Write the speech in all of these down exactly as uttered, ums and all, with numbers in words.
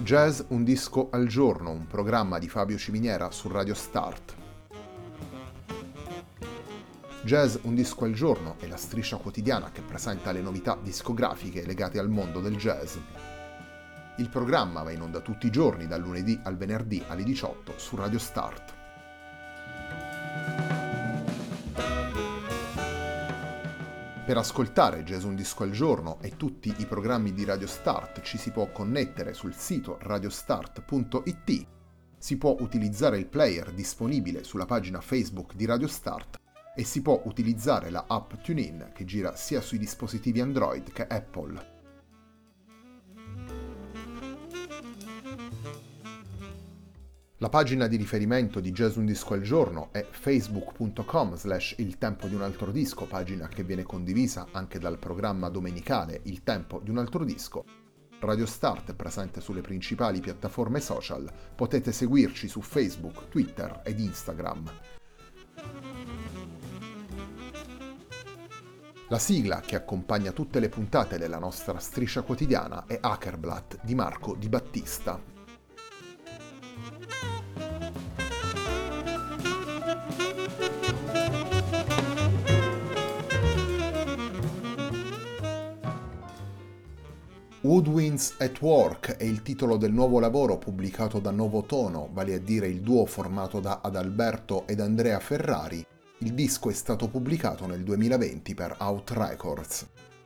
Jazz un disco al giorno, un programma di Fabio Ciminiera su Radio Start. Jazz un disco al giorno è la striscia quotidiana che presenta le novità discografiche legate al mondo del jazz. Il programma va in onda tutti i giorni dal lunedì al venerdì alle diciotto su Radio Start. Per ascoltare Jazz un disco al giorno e tutti i programmi di Radio Start ci si può connettere sul sito radiostart punto it, si può utilizzare il player disponibile sulla pagina Facebook di Radio Start e si può utilizzare la app TuneIn che gira sia sui dispositivi Android che Apple. La pagina di riferimento di Jazz un disco al giorno è facebook punto com slash il tempo di un altro disco, pagina che viene condivisa anche dal programma domenicale Il tempo di un altro disco. Radio Start è presente sulle principali piattaforme social, potete seguirci su Facebook, Twitter ed Instagram. La sigla che accompagna tutte le puntate della nostra striscia quotidiana è Hackerblatt di Marco Di Battista. Woodwinds at Work è il titolo del nuovo lavoro pubblicato da Novotono, vale a dire il duo formato da Adalberto ed Andrea Ferrari. Il disco è stato pubblicato nel duemilaventi per Out Records.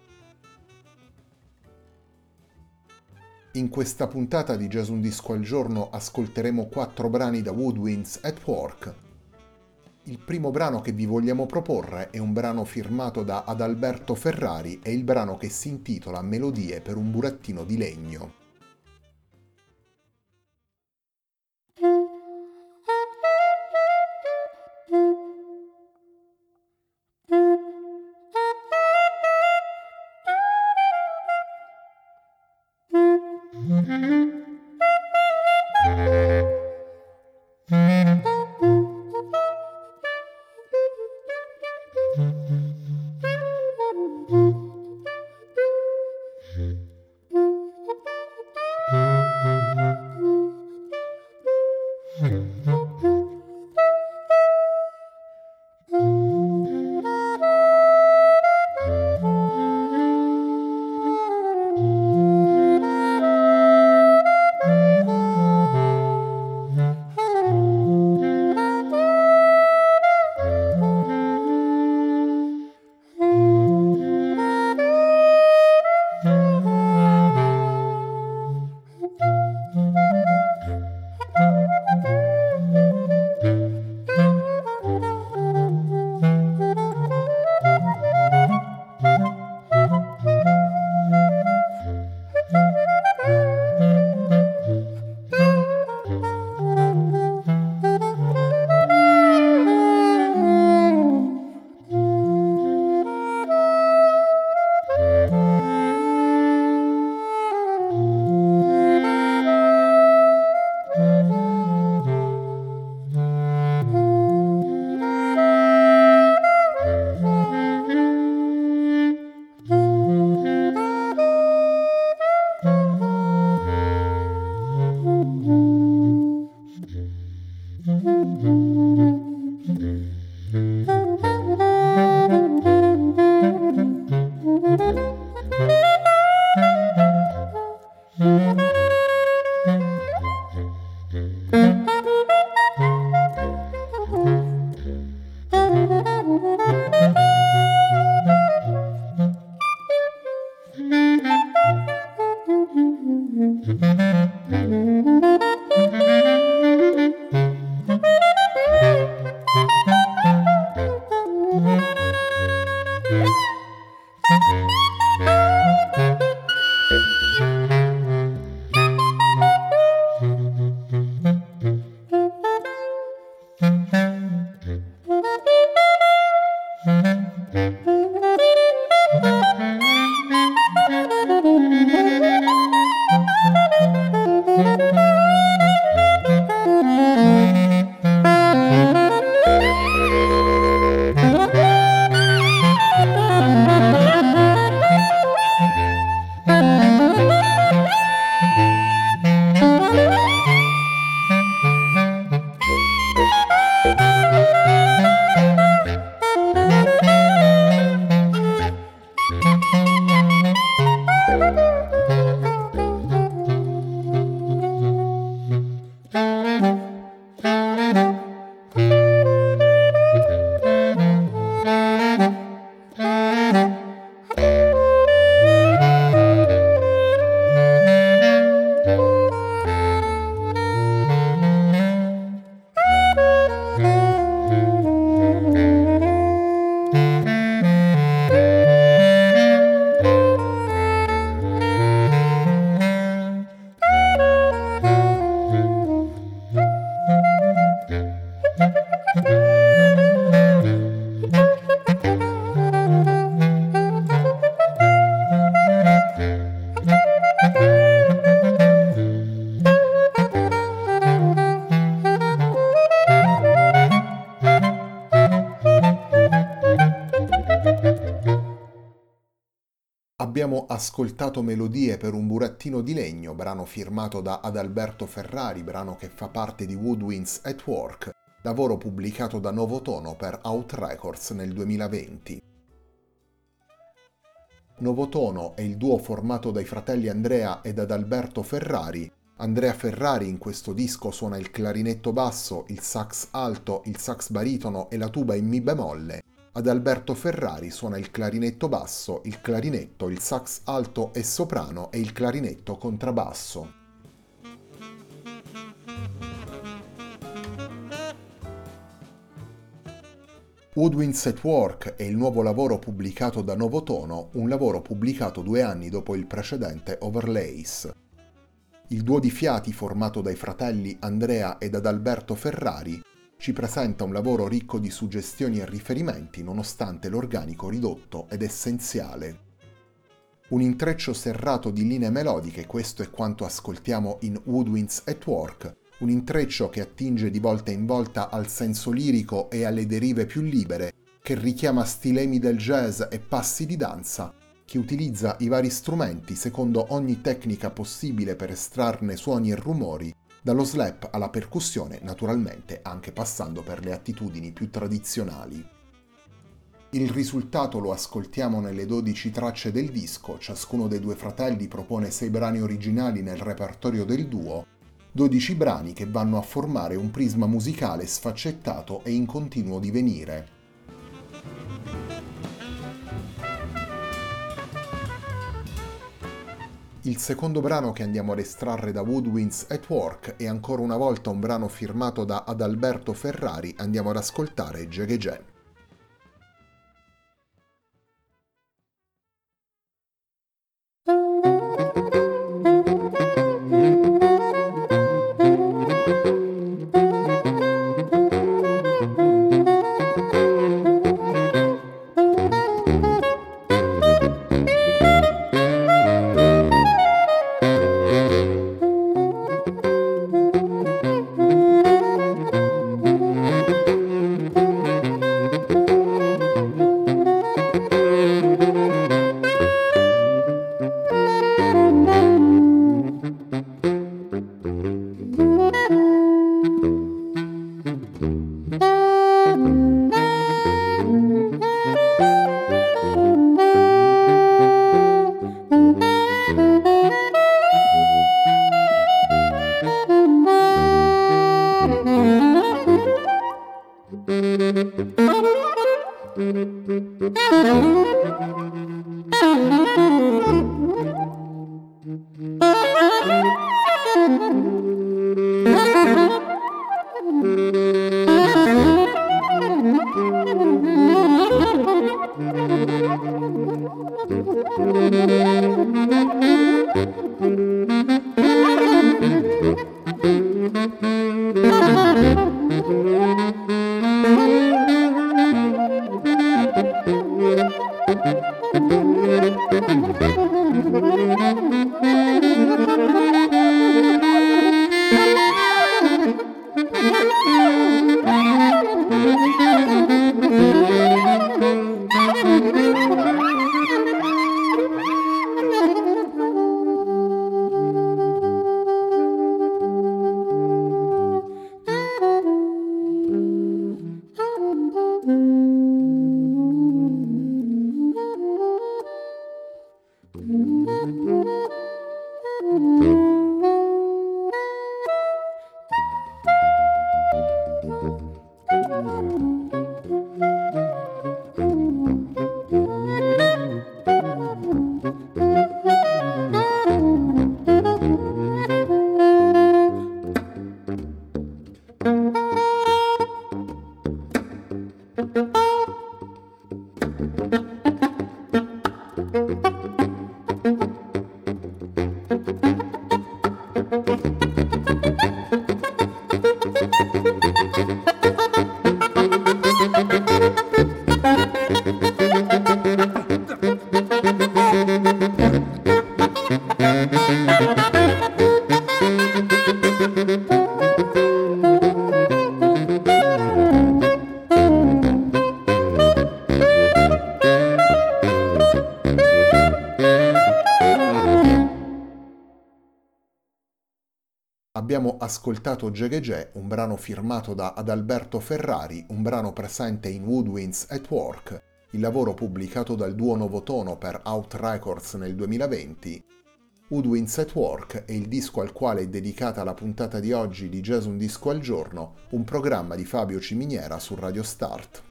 In questa puntata di Jazz un disco al giorno ascolteremo quattro brani da Woodwinds at Work. Il primo brano che vi vogliamo proporre è un brano firmato da Adalberto Ferrari e il brano che si intitola Melodie per un burattino di legno. abbiamo ascoltato Melodie per un burattino di legno, brano firmato da Adalberto Ferrari, brano che fa parte di Woodwinds at Work, lavoro pubblicato da Novotono per Out Records nel duemilaventi. Novotono è il duo formato dai fratelli Andrea ed Adalberto Ferrari. Andrea Ferrari in questo disco suona il clarinetto basso, il sax alto, il sax baritono e la tuba in mi bemolle. Adalberto Ferrari suona il clarinetto basso, il clarinetto, il sax alto e soprano e il clarinetto contrabbasso. Woodwinds at Work è il nuovo lavoro pubblicato da Novotono, un lavoro pubblicato due anni dopo il precedente Overlays. Il duo di fiati formato dai fratelli Andrea ed Adalberto Ferrari ci presenta un lavoro ricco di suggestioni e riferimenti nonostante l'organico ridotto ed essenziale. Un intreccio serrato di linee melodiche, questo è quanto ascoltiamo in Woodwinds at Work, un intreccio che attinge di volta in volta al senso lirico e alle derive più libere, che richiama stilemi del jazz e passi di danza, che utilizza i vari strumenti secondo ogni tecnica possibile per estrarne suoni e rumori, dallo slap alla percussione, naturalmente anche passando per le attitudini più tradizionali. Il risultato lo ascoltiamo nelle dodici tracce del disco, ciascuno dei due fratelli propone sei brani originali nel repertorio del duo, dodici brani che vanno a formare un prisma musicale sfaccettato e in continuo divenire. Il secondo brano che andiamo ad estrarre da Woodwinds at Work è ancora una volta un brano firmato da Adalberto Ferrari, andiamo ad ascoltare Jagge Jam. Abbiamo ascoltato Gegege, un brano firmato da Adalberto Ferrari, un brano presente in Woodwinds at Work, il lavoro pubblicato dal duo Novotono per Out Records nel duemilaventi. Woodwinds at Work è il disco al quale è dedicata la puntata di oggi di Jazz Un Disco al Giorno, un programma di Fabio Ciminiera su Radio Start.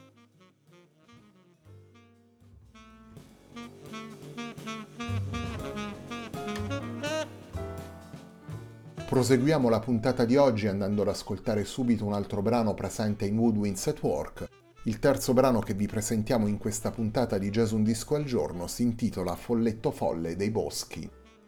Proseguiamo la puntata di oggi andando ad ascoltare subito un altro brano presente in Woodwinds at Work. Il terzo brano che vi presentiamo in questa puntata di Jazz Un Disco al Giorno si intitola Folletto folle dei boschi.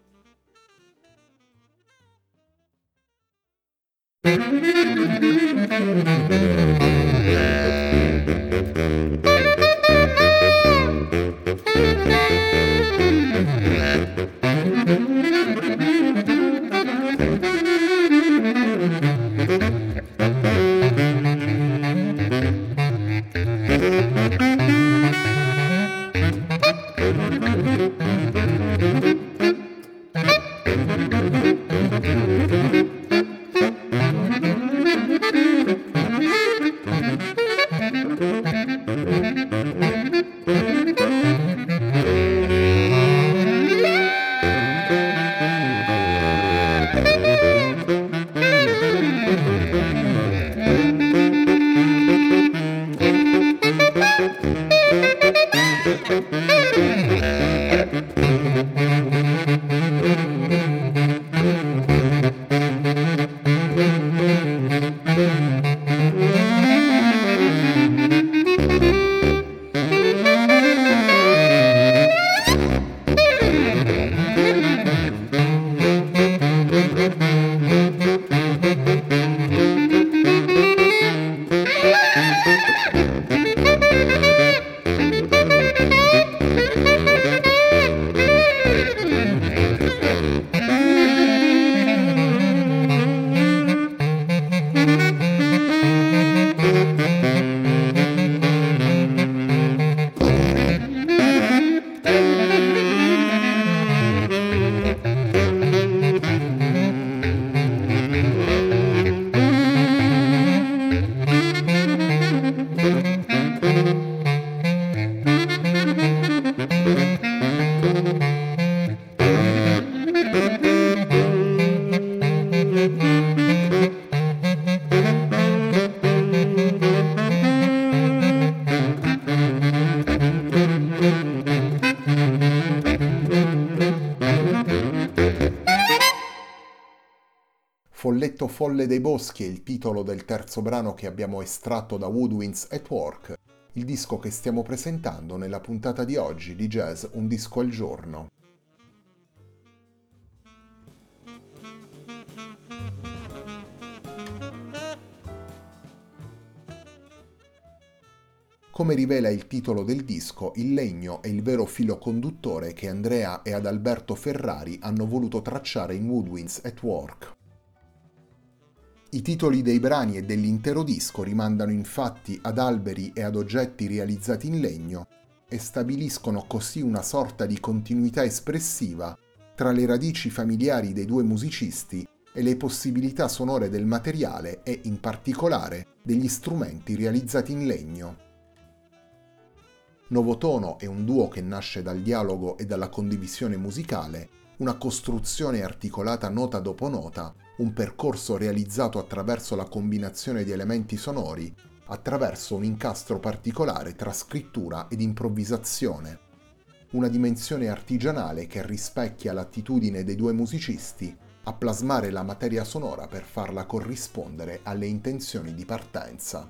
Folletto folle dei boschi è il titolo del terzo brano che abbiamo estratto da Woodwinds at Work, il disco che stiamo presentando nella puntata di oggi di Jazz Un Disco al Giorno. Come rivela il titolo del disco, il legno è il vero filo conduttore che Andrea e Adalberto Ferrari hanno voluto tracciare in Woodwinds at Work. I titoli dei brani e dell'intero disco rimandano infatti ad alberi e ad oggetti realizzati in legno e stabiliscono così una sorta di continuità espressiva tra le radici familiari dei due musicisti e le possibilità sonore del materiale e, in particolare, degli strumenti realizzati in legno. Novotono è un duo che nasce dal dialogo e dalla condivisione musicale, una costruzione articolata nota dopo nota, un percorso realizzato attraverso la combinazione di elementi sonori, attraverso un incastro particolare tra scrittura ed improvvisazione. Una dimensione artigianale che rispecchia l'attitudine dei due musicisti a plasmare la materia sonora per farla corrispondere alle intenzioni di partenza.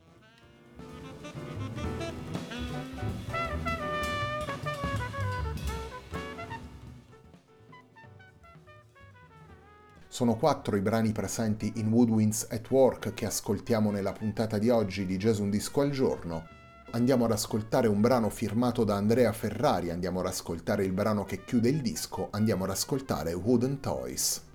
Sono quattro i brani presenti in Woodwinds at Work che ascoltiamo nella puntata di oggi di Jazz Un Disco al Giorno. Andiamo ad ascoltare un brano firmato da Andrea Ferrari, andiamo ad ascoltare il brano che chiude il disco, andiamo ad ascoltare Wooden Toys.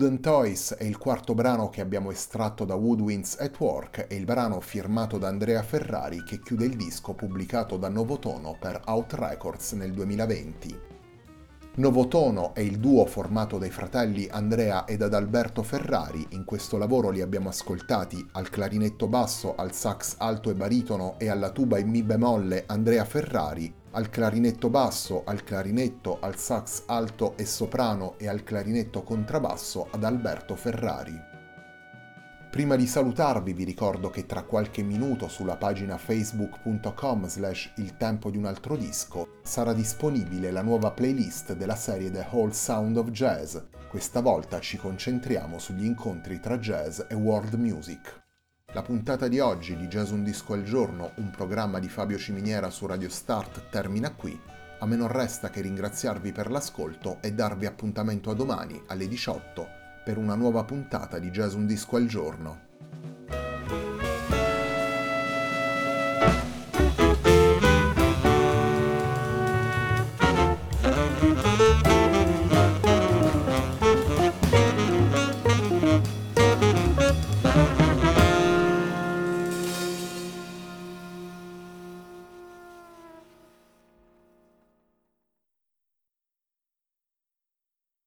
Wooden Toys è il quarto brano che abbiamo estratto da Woodwinds at Work e il brano firmato da Andrea Ferrari che chiude il disco pubblicato da Novotono per Out Records nel duemilaventi. Novotono è il duo formato dai fratelli Andrea ed Adalberto Ferrari. In questo lavoro li abbiamo ascoltati al clarinetto basso, al sax alto e baritono e alla tuba in mi bemolle Andrea Ferrari, al clarinetto basso, al clarinetto, al sax alto e soprano e al clarinetto contrabbasso Adalberto Ferrari. Prima di salutarvi vi ricordo che tra qualche minuto sulla pagina facebook punto com slash il tempo di un altro disco sarà disponibile la nuova playlist della serie The Whole Sound of Jazz. Questa volta ci concentriamo sugli incontri tra jazz e world music. La puntata di oggi di Jazz Un Disco al Giorno, un programma di Fabio Ciminiera su Radio Start, termina qui. A me non resta che ringraziarvi per l'ascolto e darvi appuntamento a domani alle diciotto per una nuova puntata di Jazz Un Disco al Giorno.